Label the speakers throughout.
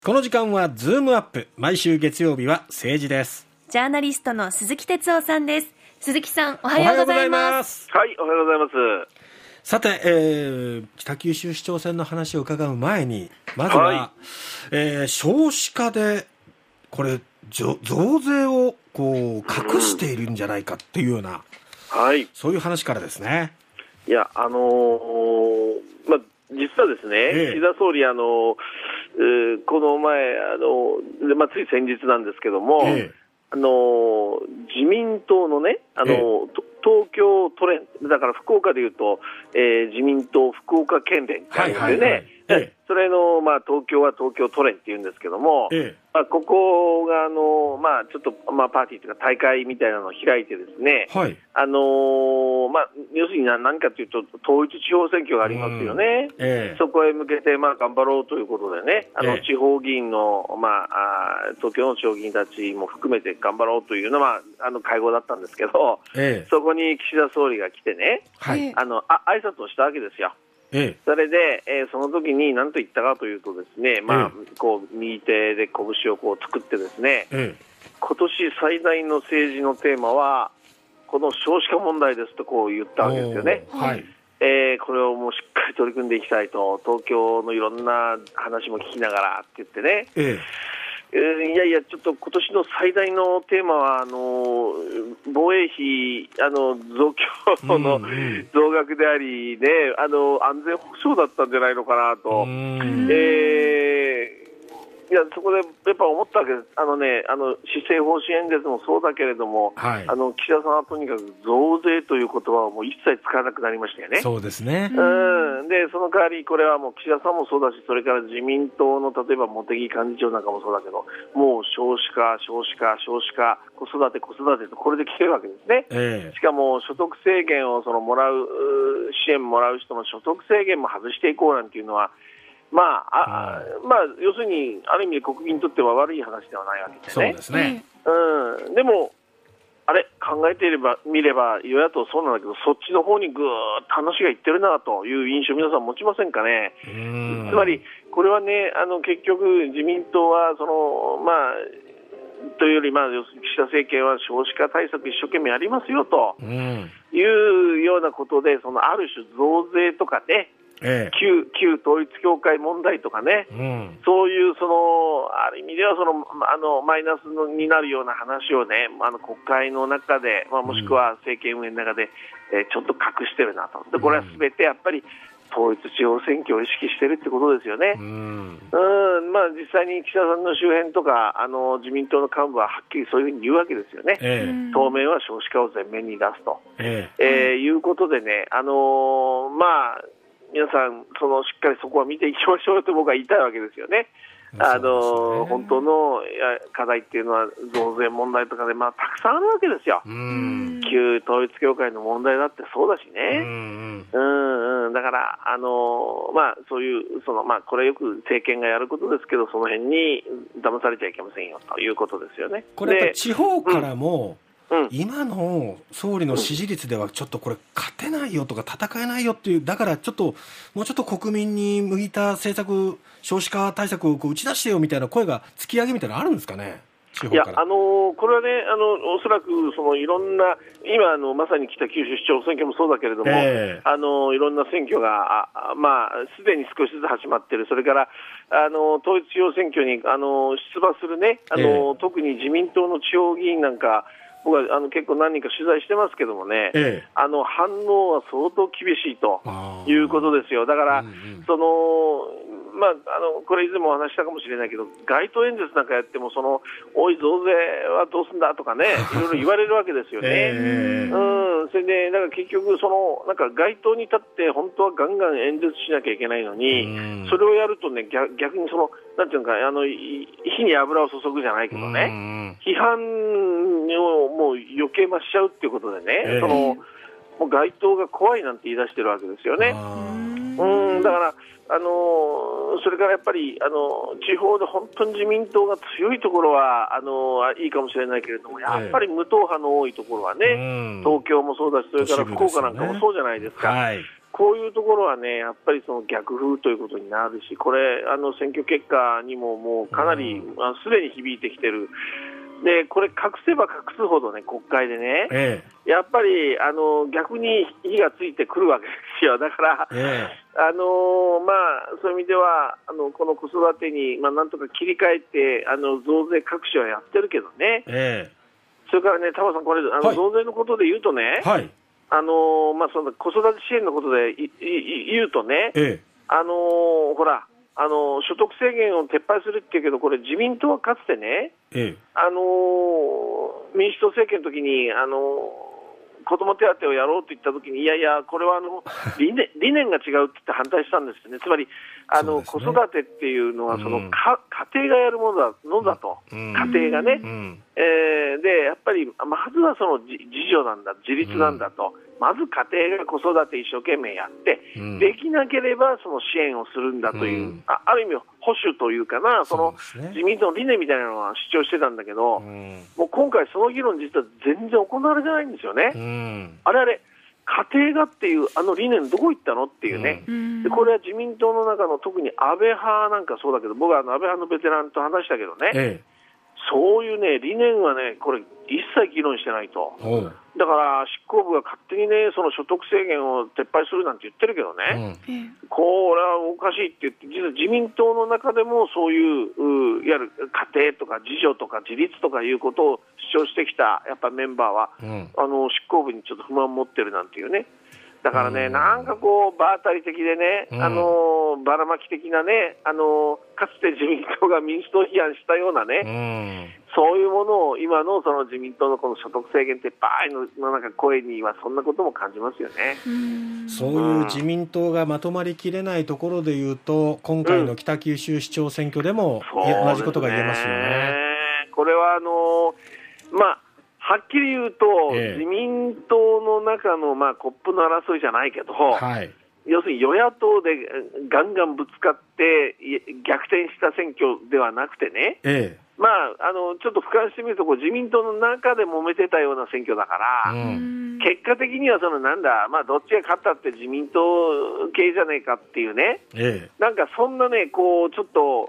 Speaker 1: この時間はズームアップ、毎週月曜日は政治です。
Speaker 2: ジャーナリストの鈴木哲夫さんです。鈴木さん、おはようございます。
Speaker 3: はい、おはようございます。
Speaker 1: さて、北九州市長選の話を伺う前に、まずは、少子化でこれ増税をこう隠しているんじゃないかっていうような、そういう話からですね。
Speaker 3: いや、実はですね、岸田総理この前つい先日なんですけども、自民党のね、東京都連、だから福岡でいうと、自民党福岡県連ってあるんですよね。それの、東京は東京都連っていうんですけども、ここがちょっと、パーティーというか大会みたいなのを開いてですね、要するに何かというと統一地方選挙がありますよね。そこへ向けて頑張ろうということでね、地方議員の、東京の地方議員たちも含めて頑張ろうというのは会合だったんですけど、そこに岸田総理が来てね、挨拶をしたわけですよ。それで、その時に何と言ったかというとですね、こう右手で拳をこう作ってですね、今年最大の政治のテーマはこの少子化問題ですとこう言ったわけですよね。これをもうしっかり取り組んでいきたいと、東京のいろんな話も聞きながらって言ってね、いやいや、ちょっと今年の最大のテーマは防衛費増強の増額であり、ね、安全保障だったんじゃないのかなと。いや、そこでやっぱ思ったわけです。施政方針演説もそうだけれども、岸田さんはとにかく増税という言葉をもう一切使わなくなりましたよね。
Speaker 1: そうですね。
Speaker 3: で、その代わりこれはもう岸田さんもそうだし、それから自民党の例えば茂木幹事長なんかもそうだけど、もう少子化、子育てとこれで来てるわけですね。しかも所得制限を支援もらう人の所得制限も外していこうなんていうのは、要するにある意味で国民にとっては悪い話ではないわけですね。
Speaker 1: そうですね。
Speaker 3: でも考えてみれば与野党そうなんだけど、そっちの方にぐーっと話がいってるなという印象皆さん持ちませんかね。つまりこれはね、結局自民党はというより要するに岸田政権は少子化対策一生懸命やりますよというようなことで、ある種増税とかね、旧統一教会問題とかね、そういうある意味ではマイナスになるような話をね、国会の中で、もしくは政権運営の中で、ちょっと隠してるなと。でこれはすべてやっぱり統一地方選挙を意識してるってことですよね。実際に岸田さんの周辺とか自民党の幹部ははっきりそういうふうに言うわけですよね。当面は少子化を前面に出すと、いうことでね、皆さんしっかりそこは見ていきましょうよと僕は言いたいわけですよね。本当の課題っていうのは増税問題とかで、たくさんあるわけですよ。旧統一教会の問題だってそうだしね。だからそういうこれよく政権がやることですけど、その辺に騙されちゃいけませんよということですよね。
Speaker 1: これやっぱ地方からも、今の総理の支持率ではちょっとこれ勝てないよとか戦えないよっていう、だからもうちょっと国民に向いた政策、少子化対策を打ち出してよみたいな声が突き上げみたいなのあるんですかね。
Speaker 3: いや、これはね、おそらくいろんな今まさに北九州市長選挙もそうだけれども、いろんな選挙がすでに少しずつ始まっている。それから統一地方選挙に出馬するね、特に自民党の地方議員なんか僕は結構何人か取材してますけどもね、反応は相当厳しいということですよ。だからこれ以前もお話したかもしれないけど、街頭演説なんかやってもおい増税はどうすんだとかね、いろいろ言われるわけですよね。それでだから結局なんか街頭に立って本当はガンガン演説しなきゃいけないのに、それをやるとね、逆になんていうか火に油を注ぐじゃないけどね、批判をもう余計増しちゃうっていうことでね、もう街頭が怖いなんて言い出してるわけですよね。だからそれからやっぱり地方で本当に自民党が強いところはいいかもしれないけれども、やっぱり無党派の多いところはね、東京もそうだし、それから福岡なんかもそうじゃないですか。 こういうところはね、やっぱりその逆風ということになるし、これ、選挙結果にももうかなりすでに響いてきてる。で、これ隠せば隠すほどね、国会でね、やっぱり逆に火がついてくるわけですよ。だから、そういう意味ではこの子育てに、なんとか切り替えて増税各種はやってるけどね、それからね、田村さん、これ増税のことで言うとね、その子育て支援のことで言うとね、ほら、所得制限を撤廃するっていうけど、これ自民党はかつてね、民主党政権の時に子ども手当をやろうと言ったときに、いやいや、これは理念が違うって言って反対したんですよね。つまり子育てっていうのはその、家庭がやるものだと、家庭がね、でやっぱりまずはその自助なんだ、自立なんだと、まず家庭が子育て一生懸命やって、できなければその支援をするんだという、ある意味保守というかな、その自民党の理念みたいなのは主張してたんだけど、もう今回その議論実は全然行われてないんですよね。あれ家庭がっていう理念どこ行ったのっていうね。でこれは自民党の中の特に安倍派なんかそうだけど、僕は安倍派のベテランと話したけどね、そういうね理念はね、これ一切議論してないと。だから執行部が勝手にね、その所得制限を撤廃するなんて言ってるけどね、これはおかしいって言って、実は自民党の中でもそういういわゆる家庭とか自助とか自立とかいうことを主張してきたやっぱメンバーは、執行部にちょっと不満を持ってるなんていうね。だからね、なんかこう場当たり的でね、ばらまき的なね、かつて自民党が民主党批判したようなね、そういうものを今のその自民党のこの所得制限撤廃のなんか声にはそんなことも感じますよね。
Speaker 1: そういう自民党がまとまりきれないところでいうと、今回の北九州市長選挙でも同じことが言えますよね。
Speaker 3: これははっきり言うと、自民党の中のコップの争いじゃないけど、要するに与野党でガンガンぶつかって逆転した選挙ではなくてね、ちょっと俯瞰してみると自民党の中で揉めてたような選挙だから、結果的にはどっちが勝ったって自民党系じゃねえかっていうね、なんかそんなね、ちょっと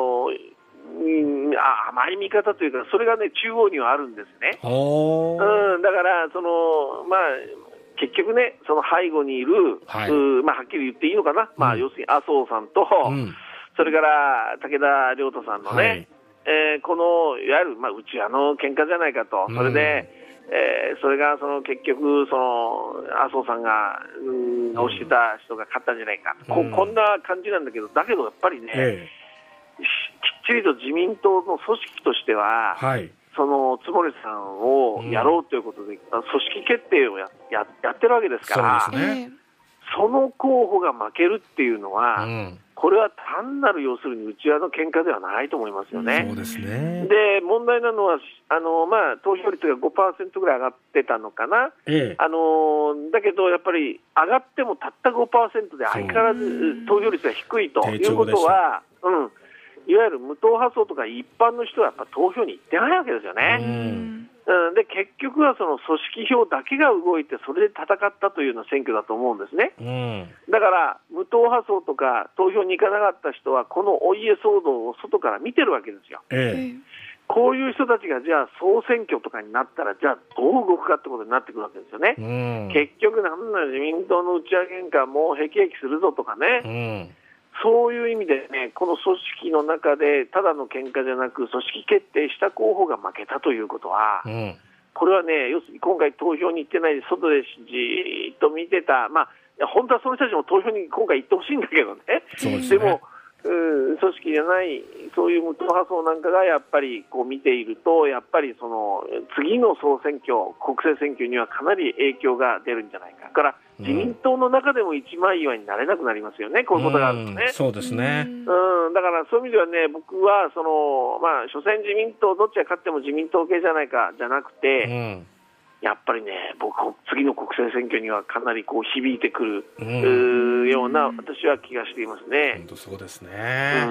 Speaker 3: 甘い見方というか、それがね中央にはあるんですね。だから結局ね、その背後にいる、はっきり言っていいのかな、要するに麻生さんと、それから武田良太さんのね、このいわゆる内輪の喧嘩じゃないかと、それで、それが結局麻生さんが推してた人が勝ったんじゃないか、こんな感じなんだけど、だけどやっぱりね、きっちりと自民党の組織としては、その津森さんをやろうということで、組織決定をやってるわけですから、その候補が負けるっていうのは、これは単なる要するに内輪の喧嘩ではないと思いますよね。で問題なのは投票率が 5% ぐらい上がってたのかな、だけどやっぱり上がってもたった 5% で相変わらず投票率が低いということは、いわゆる無党派層とか一般の人はやっぱ投票に行ってないわけですよね。で結局はその組織票だけが動いて、それで戦ったというような選挙だと思うんですね。だから無党派層とか投票に行かなかった人はこのお家騒動を外から見てるわけですよ。こういう人たちがじゃあ総選挙とかになったら、じゃあどう動くかってことになってくるわけですよね。結局なんだ自民党の内輪喧嘩もうへきへきするぞとかね、そういう意味でね、この組織の中でただの喧嘩じゃなく、組織決定した候補が負けたということは、これはね、要するに今回投票に行ってないで外でじーっと見てた、本当はその人たちも投票に今回行ってほしいんだけどね。でも組織じゃないそういう無党派層なんかがやっぱりこう見ていると、やっぱりその次の総選挙、国政選挙にはかなり影響が出るんじゃないか。だから自民党の中でも一枚岩になれなくなりますよね、こういうことがあるとね。
Speaker 1: そうですね。
Speaker 3: だからそういう意味ではね、僕は所詮自民党どっちが勝っても自民党系じゃないかじゃなくて、やっぱりね、僕次の国政選挙にはかなりこう響いてくるような私は気がしていますね。
Speaker 1: 本当そうですね。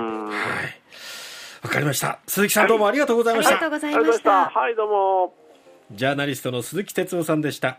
Speaker 1: わかりました。鈴木さん、どうもありがとうございました。
Speaker 2: ありがとうございました。
Speaker 3: はい、どうも。
Speaker 1: ジャーナリストの鈴木哲夫さんでした。